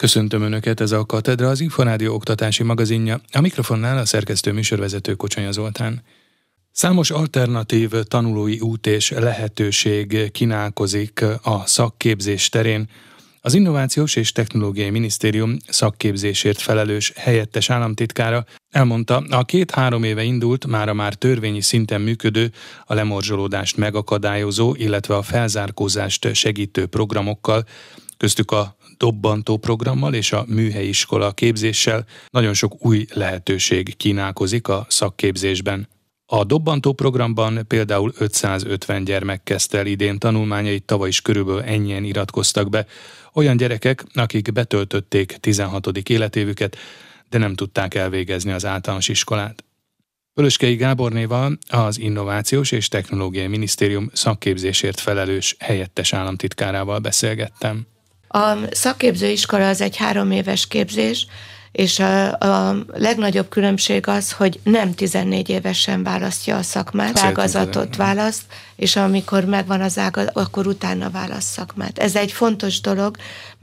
Köszöntöm Önöket, ez a Katedra, az Inforádió oktatási magazinja. A mikrofonnál a szerkesztő műsorvezető Kocsonya Zoltán. Számos alternatív tanulói út és lehetőség kínálkozik a szakképzés terén. Az Innovációs és Technológiai Minisztérium szakképzésért felelős helyettes államtitkára elmondta, a 2-3 éve indult, mára már törvényi szinten működő, a lemorzsolódást megakadályozó, illetve a felzárkózást segítő programokkal, köztük a dobbantó programmal és a műhelyiskola képzéssel nagyon sok új lehetőség kínálkozik a szakképzésben. A dobbantó programban például 550 gyermek kezdte el idén tanulmányait, tavaly is körülbelül ennyien iratkoztak be. Olyan gyerekek, akik betöltötték 16. életévüket, de nem tudták elvégezni az általános iskolát. Pölöskei Gábornéval, az Innovációs és Technológiai Minisztérium szakképzésért felelős helyettes államtitkárával beszélgettem. A szakképzőiskola az egy 3 éves képzés, és a legnagyobb különbség az, hogy nem 14 évesen választja a szakmát, ágazatot választ, és amikor megvan az ágazat, akkor utána választ szakmát. Ez egy fontos dolog,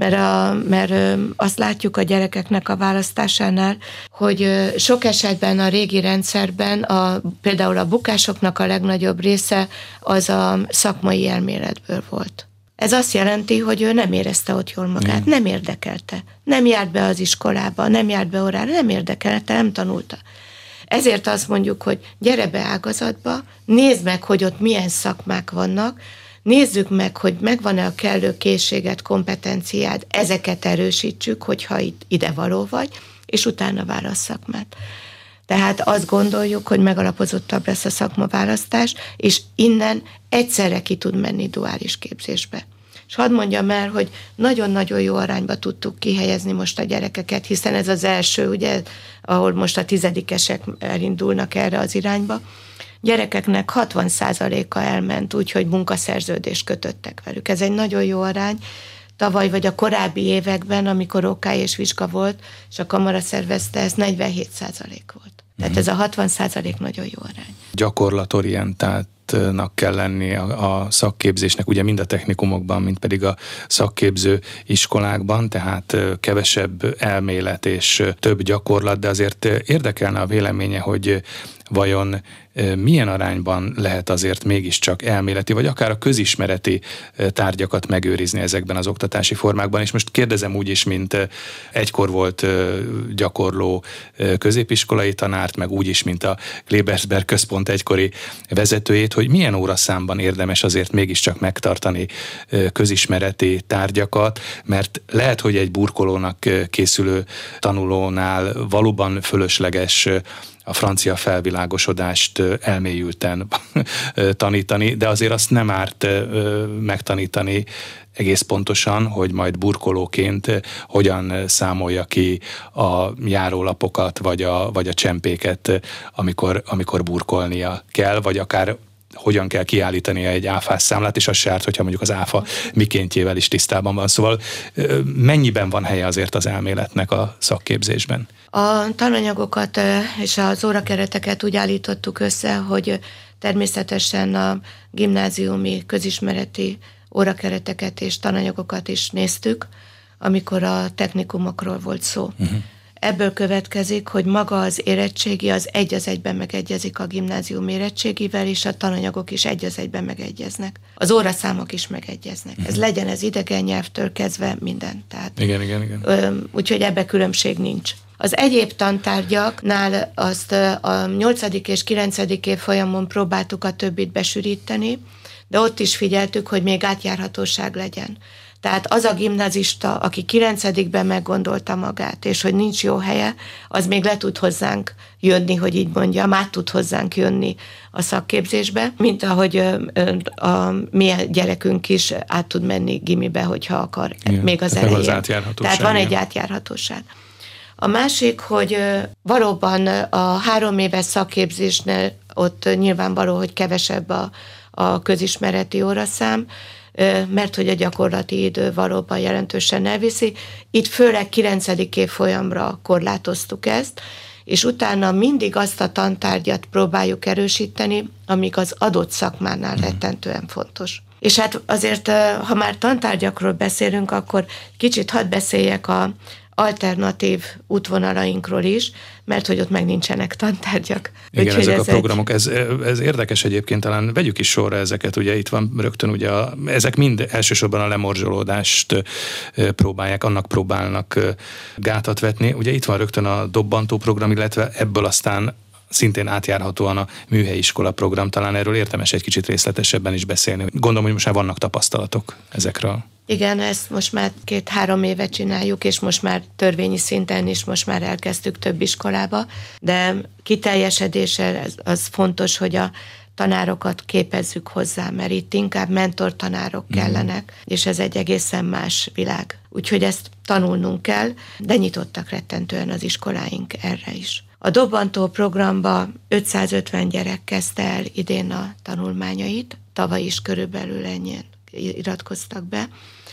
mert azt látjuk a gyerekeknek a választásánál, hogy sok esetben a régi rendszerben például a bukásoknak a legnagyobb része az a szakmai elméletből volt. Ez azt jelenti, hogy ő nem érezte ott jól magát, nem érdekelte. Nem járt be az iskolába, nem járt be órára, nem érdekelte, nem tanulta. Ezért azt mondjuk, hogy gyere be ágazatba, nézd meg, hogy ott milyen szakmák vannak, nézzük meg, hogy megvan-e a kellő készséged, kompetenciád, ezeket erősítsük, hogyha ide való vagy, és utána válasz szakmát. Tehát azt gondoljuk, hogy megalapozottabb lesz a szakmaválasztás, és innen egyszerre ki tud menni duális képzésbe. És hadd mondjam el, hogy nagyon-nagyon jó arányba tudtuk kihelyezni most a gyerekeket, hiszen ez az első, ugye, ahol most a 10-esek elindulnak erre az irányba. Gyerekeknek 60%-a elment úgy, hogy munkaszerződést kötöttek velük. Ez egy nagyon jó arány. Tavaly vagy a korábbi években, amikor OK és vizsga volt, és a kamara szervezte, ez 47% volt. Tehát ez a 60% nagyon jó arány. Gyakorlatorientáltnak kell lenni a szakképzésnek, ugye mind a technikumokban, mind pedig a szakképző iskolákban, tehát kevesebb elmélet és több gyakorlat, de azért érdekelne a véleménye, hogy vajon milyen arányban lehet azért mégiscsak elméleti, vagy akár a közismereti tárgyakat megőrizni ezekben az oktatási formákban, és most kérdezem úgy is, mint egykor volt gyakorló középiskolai tanárt, meg úgy is, mint a Klebersberg központ egykori vezetőjét, hogy milyen óraszámban érdemes azért mégiscsak megtartani közismereti tárgyakat, mert lehet, hogy egy burkolónak készülő tanulónál valóban fölösleges a francia felvilágosodást elmélyülten tanítani, de azért azt nem árt megtanítani egész pontosan, hogy majd burkolóként hogyan számolja ki a járólapokat, vagy a csempéket, amikor burkolnia kell, vagy akár hogyan kell kiállítania egy áfás számlát, és az se árt, hogyha mondjuk az áfa mikéntjével is tisztában van. Szóval mennyiben van helye azért az elméletnek a szakképzésben? A tananyagokat és az órakereteket úgy állítottuk össze, hogy természetesen a gimnáziumi közismereti órakereteket és tananyagokat is néztük, amikor a technikumokról volt szó. Ebből következik, hogy maga az érettségi az 1:1 megegyezik a gimnázium érettségivel, és a tananyagok is 1:1 megegyeznek. Az óraszámok is megegyeznek. Ez legyen ez idegen nyelvtől kezdve minden. Tehát, igen. Úgyhogy ebbe különbség nincs. Az egyéb tantárgyaknál azt a 8. és 9. évfolyamon próbáltuk a többit besűríteni, de ott is figyeltük, hogy még átjárhatóság legyen. Tehát az a gimnazista, aki 9-ben meggondolta magát, és hogy nincs jó helye, az még le tud hozzánk jönni, hogy így mondjam, át tud hozzánk jönni a szakképzésbe, mint ahogy a mi gyerekünk is át tud menni gimibe, hogyha akar, igen, még az elején. Tehát van egy átjárhatóság. A másik, hogy valóban a 3 éves szakképzésnél ott nyilvánvaló, hogy kevesebb a közismereti óraszám, mert hogy a gyakorlati idő valóban jelentősen elviszi. Itt főleg 9. évfolyamra korlátoztuk ezt, és utána mindig azt a tantárgyat próbáljuk erősíteni, amíg az adott szakmánál rettentően fontos. És hát azért, ha már tantárgyakról beszélünk, akkor kicsit hadd beszéljek a alternatív útvonalainkról is, mert hogy ott meg nincsenek tantárgyak. Igen, úgyhogy ezek a programok, ez érdekes egyébként, talán vegyük is sorra ezeket, ugye itt van rögtön, ugye ezek mind elsősorban a lemorzsolódást próbálják, annak próbálnak gátat vetni. Ugye itt van rögtön a dobbantó program, illetve ebből aztán szintén átjárhatóan a műhelyiskola program, talán erről érdemes egy kicsit részletesebben is beszélni. Gondolom, hogy most már vannak tapasztalatok ezekről. Igen, ezt most már 2-3 éve csináljuk, és most már törvényi szinten is most már elkezdtük több iskolába, de kiteljesedéssel az fontos, hogy a tanárokat képezzük hozzá, mert itt inkább mentortanárok kellenek, és ez egy egészen más világ. Úgyhogy ezt tanulnunk kell, de nyitottak rettentően az iskoláink erre is. A dobbantó programba 550 gyerek kezdte el idén a tanulmányait, tavaly is körülbelül ennyien iratkoztak be.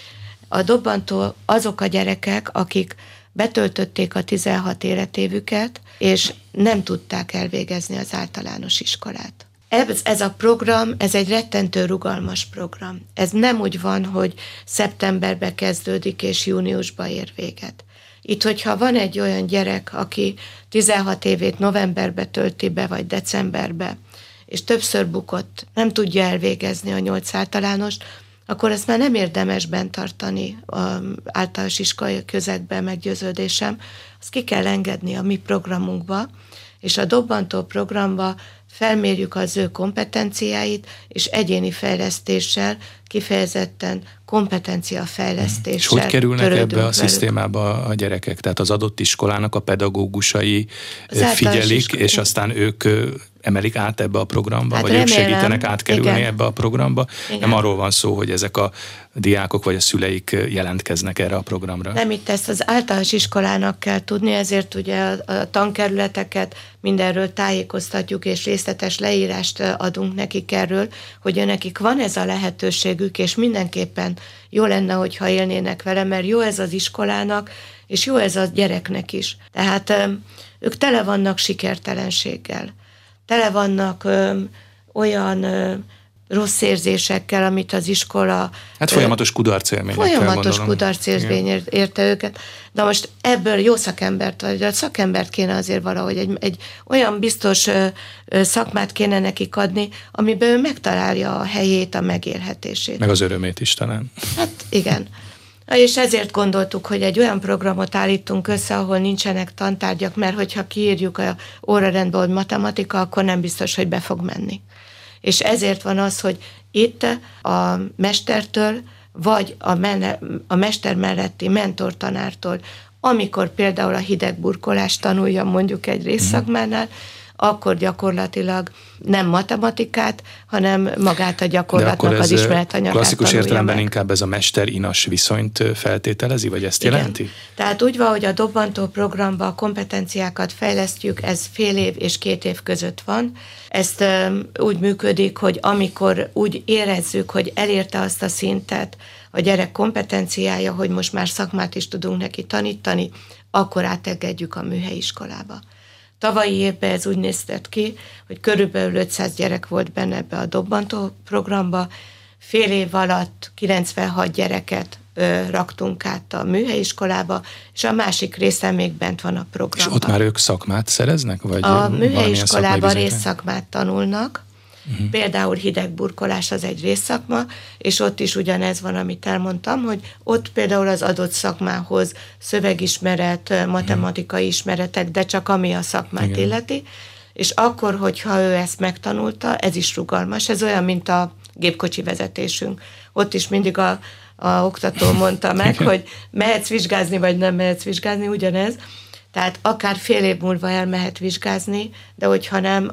A dobbantó azok a gyerekek, akik betöltötték a 16 életévüket, és nem tudták elvégezni az általános iskolát. Ez a program, ez egy rettentő rugalmas program. Ez nem úgy van, hogy szeptemberbe kezdődik, és júniusba ér véget. Itt, hogyha van egy olyan gyerek, aki 16 évét novemberbe tölti be, vagy decemberbe, és többször bukott, nem tudja elvégezni a 8 általánost, akkor ezt már nem érdemes bent tartani az általános iskolai közegben, meggyőződésem. Azt ki kell engedni a mi programunkba, és a dobbantó programba felmérjük az ő kompetenciáit, és egyéni fejlesztéssel, kifejezetten kompetenciafejlesztéssel. És hogy kerülnek ebbe a szisztémába a gyerekek? Tehát az adott iskolának a pedagógusai figyelik, és aztán ők emelik át ebbe a programba, hát vagy remélem, ők segítenek átkerülni igen. ebbe a programba. Igen. Nem arról van szó, hogy ezek a diákok vagy a szüleik jelentkeznek erre a programra. Nem, itt ezt az általános iskolának kell tudni, ezért ugye a tankerületeket mindenről tájékoztatjuk, és részletes leírást adunk nekik erről, hogy nekik van ez a lehetőségük, és mindenképpen jó lenne, hogyha élnének vele, mert jó ez az iskolának, és jó ez a gyereknek is. Tehát ők tele vannak sikertelenséggel. Tele vannak olyan rossz érzésekkel, amit az iskola... Hát folyamatos kudarcélményekkel, folyamatos kudarcélmény érte őket. De most ebből jó szakembert, vagy a szakembert kéne azért valahogy egy olyan biztos szakmát kéne nekik adni, amiben ő megtalálja a helyét, a megélhetését. Meg az örömét is talán. Hát igen. És ezért gondoltuk, hogy egy olyan programot állítunk össze, ahol nincsenek tantárgyak, mert hogyha kiírjuk a órarendbe, hogy matematika, akkor nem biztos, hogy be fog menni. És ezért van az, hogy itt a mestertől, vagy a mester melletti mentortanártól, amikor például a hidegburkolást tanulja mondjuk egy részszakmánál, akkor gyakorlatilag nem matematikát, hanem magát a gyakorlatnak az ismeretanyagát klasszikus értelemben meg. Inkább ez a mester-inas viszonyt feltételezi, vagy ezt igen. jelenti? Tehát úgy van, hogy a dobbantó programban a kompetenciákat fejlesztjük, ez fél év és 2 év között van. Ezt úgy működik, hogy amikor úgy érezzük, hogy elérte azt a szintet a gyerek kompetenciája, hogy most már szakmát is tudunk neki tanítani, akkor átengedjük a műhelyiskolába. Tavalyi évben ez úgy nézett ki, hogy körülbelül 500 gyerek volt benne ebbe a dobbantó programba. Fél év alatt 96 gyereket raktunk át a műhelyiskolába, és a másik része még bent van a programban. És ott már ők szakmát szereznek? Vagy a műhelyiskolában részszakmát tanulnak. Például hidegburkolás az egy részszakma, és ott is ugyanez van, amit elmondtam, hogy ott például az adott szakmához szövegismeret, matematikai ismeretek, de csak ami a szakmát igen. illeti, és akkor, hogyha ő ezt megtanulta, ez is rugalmas. Ez olyan, mint a gépkocsi vezetésünk. Ott is mindig a oktató mondta meg, hogy mehetsz vizsgázni, vagy nem mehetsz vizsgázni, ugyanez. Tehát akár fél év múlva elmehet vizsgázni, de hogyha nem,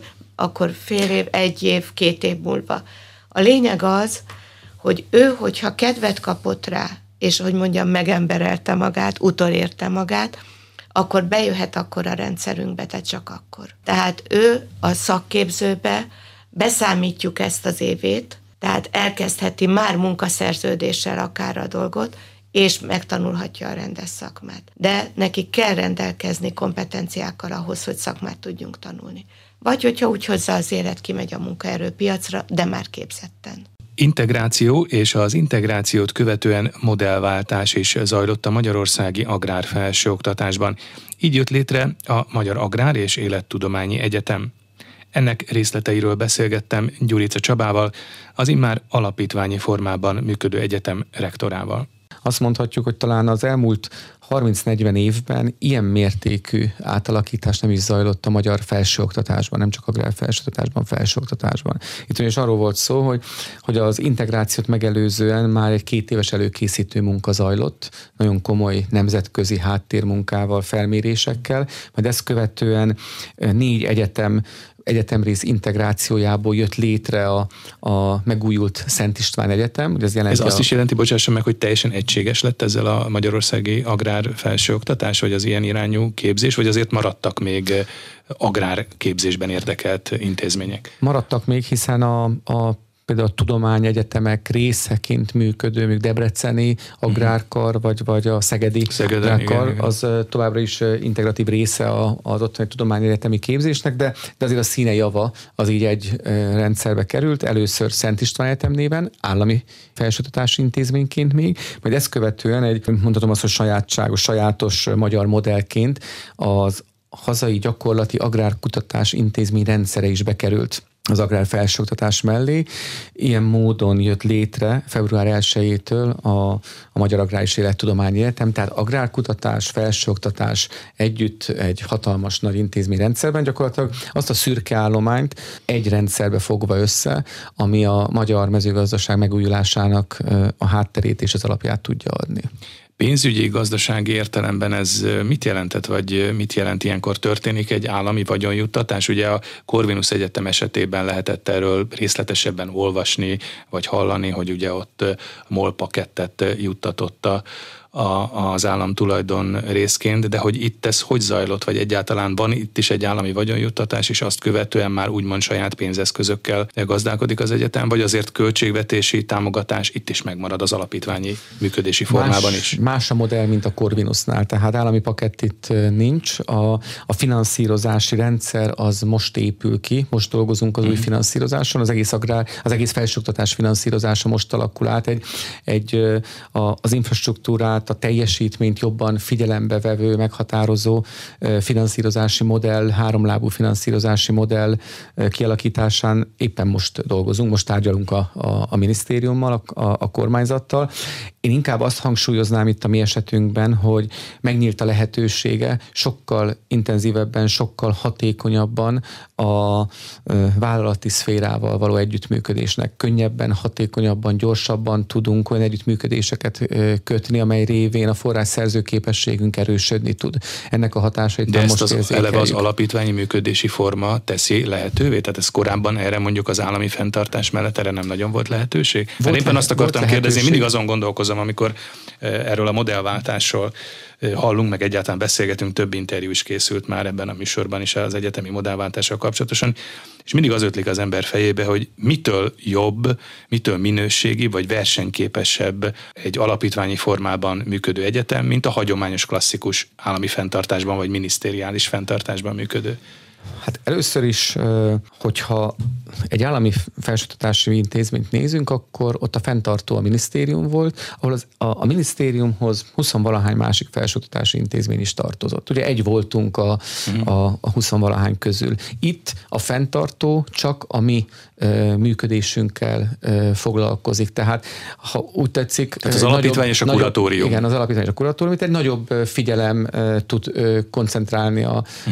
akkor fél év, 1 év, 2 év múlva. A lényeg az, hogy ő, hogyha kedvet kapott rá, és hogy mondjam, megemberelte magát, utolérte magát, akkor bejöhet akkor a rendszerünkbe, tehát csak akkor. Tehát ő a szakképzőbe beszámítjuk ezt az évét, tehát elkezdheti már munkaszerződéssel akár a dolgot, és megtanulhatja a rendes szakmát. De neki kell rendelkezni kompetenciákkal ahhoz, hogy szakmát tudjunk tanulni. Vagy hogyha úgy hozzá az élet, kimegy a munkaerőpiacra, de már képzetten. Integráció és az integrációt követően modellváltás is zajlott a magyarországi agrárfelsőoktatásban. Így jött létre a Magyar Agrár és Élettudományi Egyetem. Ennek részleteiről beszélgettem Gyurica Csabával, az immár alapítványi formában működő egyetem rektorával. Azt mondhatjuk, hogy talán az elmúlt 30-40 évben ilyen mértékű átalakítás nem is zajlott a magyar felsőoktatásban, nem csak agrárfelsőoktatásban, felsőoktatásban. Itt ugyanis arról volt szó, hogy az integrációt megelőzően már egy 2 éves előkészítő munka zajlott, nagyon komoly nemzetközi háttérmunkával, felmérésekkel, majd ezt követően 4 egyetemrész integrációjából jött létre a megújult Szent István Egyetem. Ez azt is jelenti, bocsássam meg, hogy teljesen egységes lett ezzel a magyarországi agrárfelsőoktatás, vagy az ilyen irányú képzés, vagy azért maradtak még agrárképzésben érdekelt intézmények? Maradtak még, hiszen például a tudományegyetemek részeként működő, még debreceni agrárkar, vagy a szegedi agrárkar, igen. Az továbbra is integratív része az ottani tudományegyetemi képzésnek, de azért a színe java az így egy rendszerbe került, először Szent István Egyetem néven, állami felsőoktatási intézményként még, majd ezt követően mondhatom azt, hogy sajátos magyar modellként az hazai gyakorlati agrárkutatás intézmény rendszere is bekerült az agrár felsőoktatás mellé. Ilyen módon jött létre február 1-től a Magyar Agrár és Élettudományi Egyetem, tehát agrárkutatás, felsőoktatás együtt egy hatalmas nagy intézményrendszerben gyakorlatilag azt a szürke állományt egy rendszerbe fogva össze, ami a magyar mezőgazdaság megújulásának a hátterét és az alapját tudja adni. Pénzügyi, gazdasági értelemben ez mit jelentett, vagy mit jelent ilyenkor történik egy állami vagyonjuttatás? Ugye a Corvinus Egyetem esetében lehetett erről részletesebben olvasni, vagy hallani, hogy ugye ott MOL pakettet juttatott az államtulajdon részként, de hogy itt ez hogy zajlott, vagy egyáltalán van itt is egy állami vagyonjuttatás, és azt követően már úgymond saját pénzeszközökkel gazdálkodik az egyetem, vagy azért költségvetési támogatás itt is megmarad az alapítványi működési formában is? Más a modell, mint a Corvinusnál, tehát állami pakett itt nincs. A finanszírozási rendszer az most épül ki, most dolgozunk az új finanszírozáson, az egész felsőoktatás finanszírozása most alakul át, az infrastruktúrát, a teljesítményt jobban figyelembe vevő, meghatározó finanszírozási modell, háromlábú finanszírozási modell kialakításán éppen most dolgozunk, most tárgyalunk a minisztériummal, a kormányzattal. Én inkább azt hangsúlyoznám itt a mi esetünkben, hogy megnyílt a lehetősége sokkal intenzívebben, sokkal hatékonyabban a vállalati szférával való együttműködésnek. Könnyebben, hatékonyabban, gyorsabban tudunk olyan együttműködéseket kötni, amely révén a forrásszerző képességünk erősödni tud. Ennek a hatásait de most érzékeljük. Eleve az alapítványi működési forma teszi lehetővé? Tehát ez korábban erre mondjuk az állami fenntartás mellett erre nem nagyon volt lehetőség? Mert éppen azt akartam kérdezni, mindig azon gondolkozom, amikor erről a modellváltásról hallunk, meg egyáltalán beszélgetünk, több interjú is készült már ebben a műsorban is az egyetemi modellváltással kapcsolatosan, és mindig az ötlik az ember fejébe, hogy mitől jobb, mitől minőségi vagy versenyképesebb egy alapítványi formában működő egyetem, mint a hagyományos klasszikus állami fenntartásban vagy minisztériális fenntartásban működő. Hát először is, hogyha egy állami felsőoktatási intézményt nézünk, akkor ott a fenntartó a minisztérium volt, ahol a minisztériumhoz 20-valahány másik felsőoktatási intézmény is tartozott. Ugye egy voltunk a 20-valahány közül. Itt a fenntartó csak a mi működésünkkel foglalkozik. Tehát, ha úgy tetszik... Tehát az alapítvány és a kuratórium. Igen, az alapítvány és a kuratórium, itt egy nagyobb figyelem tud koncentrálni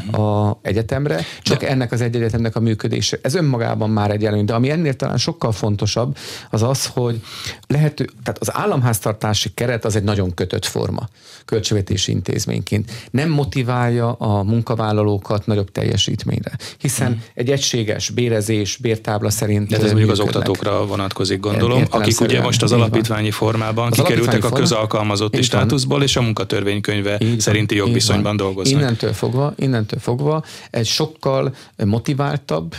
a egyetemre, csak ennek az egy egyetemnek a működése. Ez önmagában már egy előny, de ami ennél talán sokkal fontosabb, az az, hogy tehát az államháztartási keret az egy nagyon kötött forma, költségvetési intézményként. Nem motiválja a munkavállalókat nagyobb teljesítményre, hiszen egy egységes bérezés, bértábla szerint de ez mondjuk az oktatókra vonatkozik, gondolom, akik ugye most az alapítványi formában kikerültek a közalkalmazotti státuszból, és a munkatörvénykönyve szerinti jogviszonyban dolgoznak. Innentől fogva egy sokkal motiváltabb,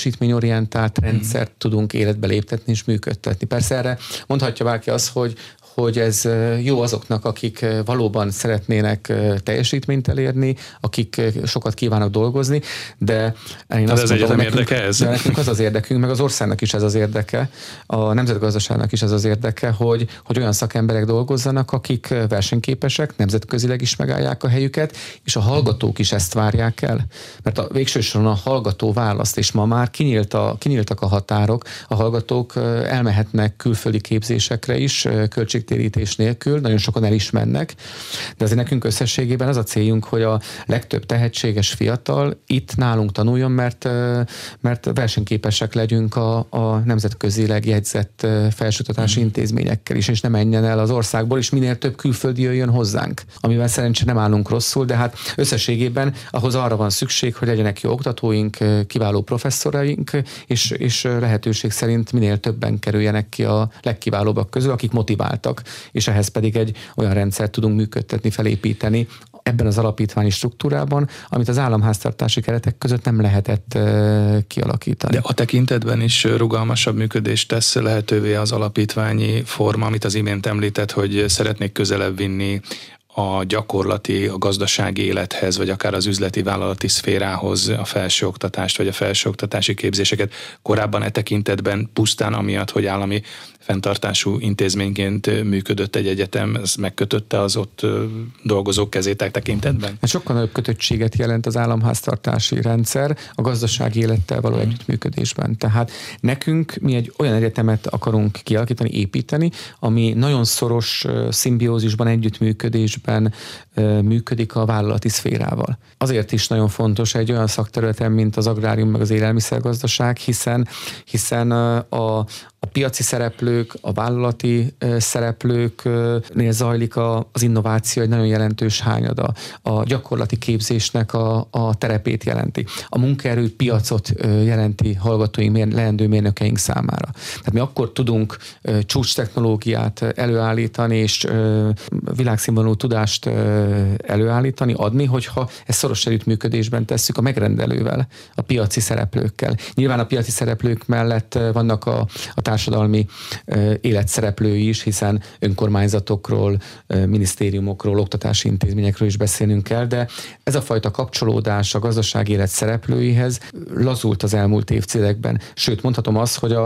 teljesítményorientált rendszert tudunk életbe léptetni és működtetni. Persze erre mondhatja bárki azt, hogy ez jó azoknak, akik valóban szeretnének teljesítményt elérni, akik sokat kívánnak dolgozni, de én azt az egyetem érdeke ez? De nekünk az érdekünk, meg az országnak is ez az érdeke, a nemzetgazdaságnak is ez az érdeke, hogy olyan szakemberek dolgozzanak, akik versenyképesek, nemzetközileg is megállják a helyüket, és a hallgatók is ezt várják el. Mert a végső soron a hallgató választ, és ma már kinyíltak a határok, a hallgatók elmehetnek külföldi képzésekre is, költségtérítés nélkül, nagyon sokan el is mennek, de azért nekünk összességében az a céljunk, hogy a legtöbb tehetséges fiatal itt nálunk tanuljon, mert versenyképesek legyünk a nemzetközileg jegyzett felsőoktatási intézményekkel is, és ne menjen el az országból, és minél több külföldi jöjjön hozzánk, amivel szerencsére nem állunk rosszul, de hát összességében ahhoz arra van szükség, hogy legyenek jó oktatóink, kiváló professzoraink, és lehetőség szerint minél többen kerüljenek ki a legkiválóbbak közül, akik motiváltak, és ehhez pedig egy olyan rendszert tudunk működtetni, felépíteni ebben az alapítványi struktúrában, amit az államháztartási keretek között nem lehetett kialakítani. De a tekintetben is rugalmasabb működést tesz lehetővé az alapítványi forma, amit az imént említett, hogy szeretnék közelebb vinni a gyakorlati, a gazdasági élethez, vagy akár az üzleti vállalati szférához a felsőoktatást, vagy a felsőoktatási képzéseket. Korábban e tekintetben pusztán amiatt, hogy állami fenntartású intézményként működött egy egyetem, ez megkötötte az ott dolgozók kezét e tekintetben? Sokkal nagyobb kötöttséget jelent az államháztartási rendszer a gazdasági élettel való együttműködésben. Tehát nekünk mi egy olyan egyetemet akarunk kialakítani, építeni, ami nagyon szoros szimbiózisban, együttműködésben működik a vállalati szférával. Azért is nagyon fontos egy olyan szakterületen, mint az agrárium meg az élelmiszergazdaság, hiszen a piaci szereplők, a vállalati szereplőknél zajlik az innováció egy nagyon jelentős hányada. A gyakorlati képzésnek a terepét jelenti. A munkaerő piacot jelenti hallgatóink, leendő mérnökeink számára. Tehát mi akkor tudunk csúcs technológiát előállítani, és világszínvonalú tudást előállítani, adni, hogyha ezt szoros együttműködésben tesszük a megrendelővel, a piaci szereplőkkel. Nyilván a piaci szereplők mellett vannak a társadalmi életszereplői is, hiszen önkormányzatokról, minisztériumokról, oktatási intézményekről is beszélnünk kell, de ez a fajta kapcsolódás a gazdasági élet szereplőihez lazult az elmúlt évtizedekben. Sőt, mondhatom azt, hogy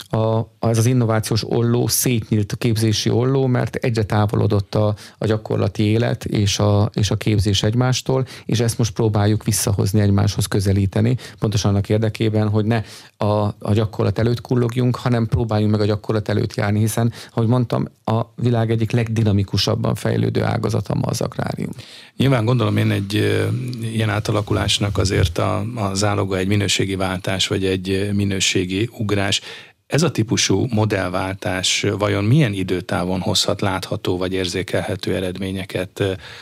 ez az innovációs olló szétnyílt, a képzési olló, mert egyre távolodott a gyakorlati élet és a képzés egymástól, és ezt most próbáljuk visszahozni, egymáshoz közelíteni, pontosan annak érdekében, hogy ne a gyakorlat előtt kullogjunk, hanem próbáljunk meg a gyakorlat előtt járni, hiszen, ahogy mondtam, a világ egyik legdinamikusabban fejlődő ágazata ma az agrárium. Nyilván gondolom én egy ilyen átalakulásnak azért a záloga egy minőségi váltás, vagy egy minőségi ugrás. Ez a típusú modellváltás vajon milyen időtávon hozhat látható vagy érzékelhető eredményeket?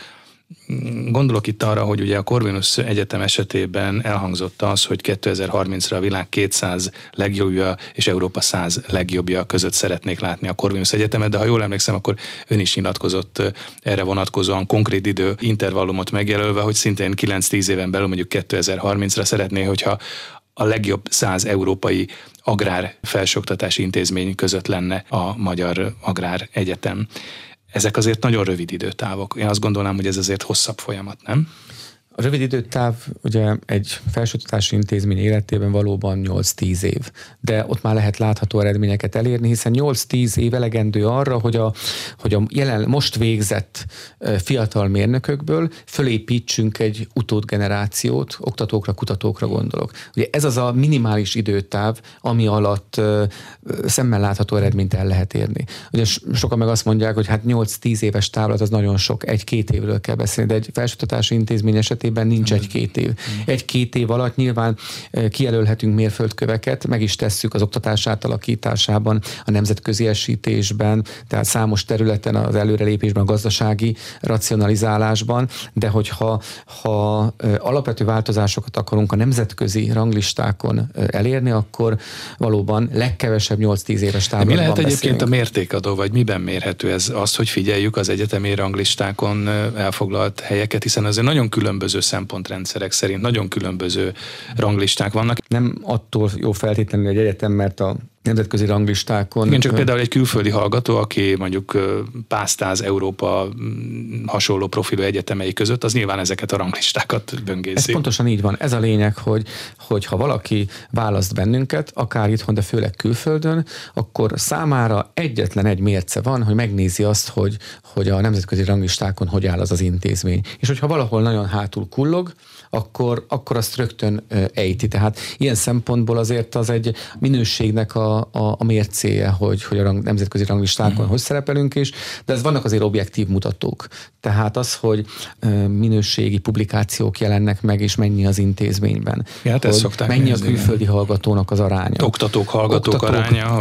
Gondolok itt arra, hogy ugye a Corvinus Egyetem esetében elhangzott az, hogy 2030-ra a világ 200 legjobbja és Európa 100 legjobbja között szeretnék látni a Corvinus Egyetemet, de ha jól emlékszem, akkor ön is nyilatkozott erre vonatkozóan konkrét idő intervallumot megjelölve, hogy szintén 9-10 éven belül, mondjuk 2030-ra szeretné, hogyha a legjobb 100 európai agrár felsőoktatási intézmény között lenne a Magyar Agrár Egyetem. Ezek azért nagyon rövid időtávok. Én azt gondolnám, hogy ez azért hosszabb folyamat, nem? A rövid időtáv ugye egy felsőoktatási intézmény életében valóban 8-10 év, de ott már lehet látható eredményeket elérni, hiszen 8-10 év elegendő arra, hogy a most végzett fiatal mérnökökből fölépítsünk egy utódgenerációt, oktatókra, kutatókra gondolok. Ugye ez az a minimális időtáv, ami alatt szemmel látható eredményt el lehet érni. Ugye sokan meg azt mondják, hogy hát 8-10 éves távlat az nagyon sok, 1-2 évről kell beszélni, de egy felsőoktatási intézmény esetében nincs 1-2 év. 1-2 év alatt nyilván kijelölhetünk mérföldköveket, meg is tesszük az oktatás átalakításában, a nemzetközi esítésben, tehát számos területen az előrelépésben, a gazdasági racionalizálásban, de hogyha alapvető változásokat akarunk a nemzetközi ranglistákon elérni, akkor valóban legkevesebb 8-10 éves távlatban mi lehet egyébként beszélünk. a mértékadó, vagy miben mérhető ez? Az, hogy figyeljük az egyetemi ranglistákon elfoglalt helyeket, hiszen azért nagyon különböző szempontrendszerek szerint nagyon különböző ranglisták vannak. Nem attól jó feltétlenül egy egyetem, mert a nemzetközi ranglistákon. Igen, csak például egy külföldi hallgató, aki mondjuk pásztáz Európa hasonló profilú egyetemei között, az nyilván ezeket a ranglistákat böngészi. Ez pontosan így van. Ez a lényeg, hogy ha valaki választ bennünket, akár itthon, de főleg külföldön, akkor számára egyetlen egy mérce van, hogy megnézi azt, hogy a nemzetközi ranglistákon hogy áll az az intézmény. És hogyha valahol nagyon hátul kullog, akkor azt rögtön ejti. Tehát ilyen szempontból azért az egy minőségnek a mércéje, hogy a nemzetközi ranglistákon hogy szerepelünk is, de ez vannak azért objektív mutatók. Tehát az, hogy minőségi publikációk jelennek meg, és mennyi az intézményben. Ja, hát ezt szokták mennyi nézni, a külföldi hallgatónak az aránya. Oktatók, hallgatók aránya.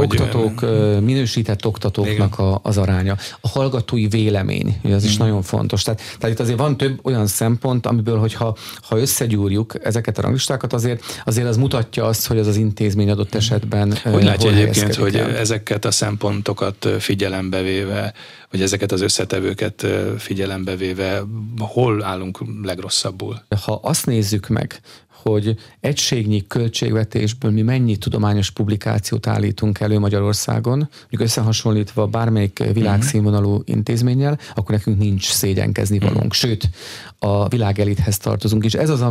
Minősített oktatóknak az aránya. A hallgatói vélemény, ez is nagyon fontos. Tehát itt azért van több olyan szempont, amiből, hogyha összegyúrjuk ezeket a ranglistákat, azért az mutatja azt, hogy az intézmény adott esetben hogy látja egyébként, hogy ezeket a szempontokat figyelembe véve, vagy ezeket az összetevőket figyelembe véve, hol állunk legrosszabbul? Ha azt nézzük meg, hogy egységnyi költségvetésből mi mennyi tudományos publikációt állítunk elő Magyarországon, mondjuk összehasonlítva bármelyik világszínvonalú intézménnyel, akkor nekünk nincs szégyenkezni valónk. Sőt, a világelithez tartozunk. És ez az,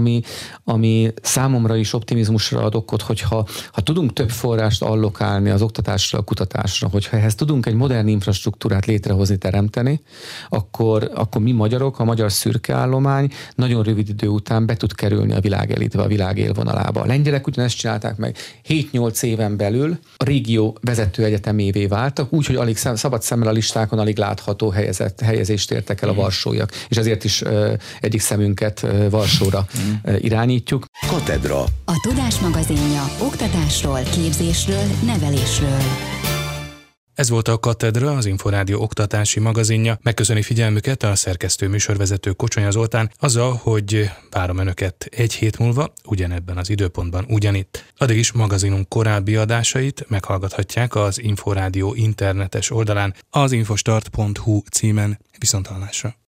ami számomra is optimizmusra ad okot, hogyha tudunk több forrást allokálni az oktatásra, a kutatásra, hogyha ehhez tudunk egy modern infrastruktúrát létrehozni, teremteni, akkor mi magyarok, a magyar szürkeállomány nagyon rövid idő után be tud kerülni a világelitbe, a világ élvonalába. A lengyelek ugyanezt csinálták meg. 7-8 éven belül a régió vezető egyetemévé váltak, úgyhogy alig szabad szemmel a listákon alig látható helyezést értek el a varsóiak. És ezért is egyik szemünket Varsóra irányítjuk. Katedra. A Tudás magazinja oktatásról, képzésről, nevelésről. Ez volt a Katedra, az Inforádió oktatási magazinja. Megköszöni figyelmüket a szerkesztő műsorvezető Kocsonya Zoltán azzal, hogy várom önöket egy hét múlva, ugyanebben az időpontban, ugyanitt. Addig is magazinunk korábbi adásait meghallgathatják az Inforádió internetes oldalán, az infostart.hu címen. Viszonthallásra.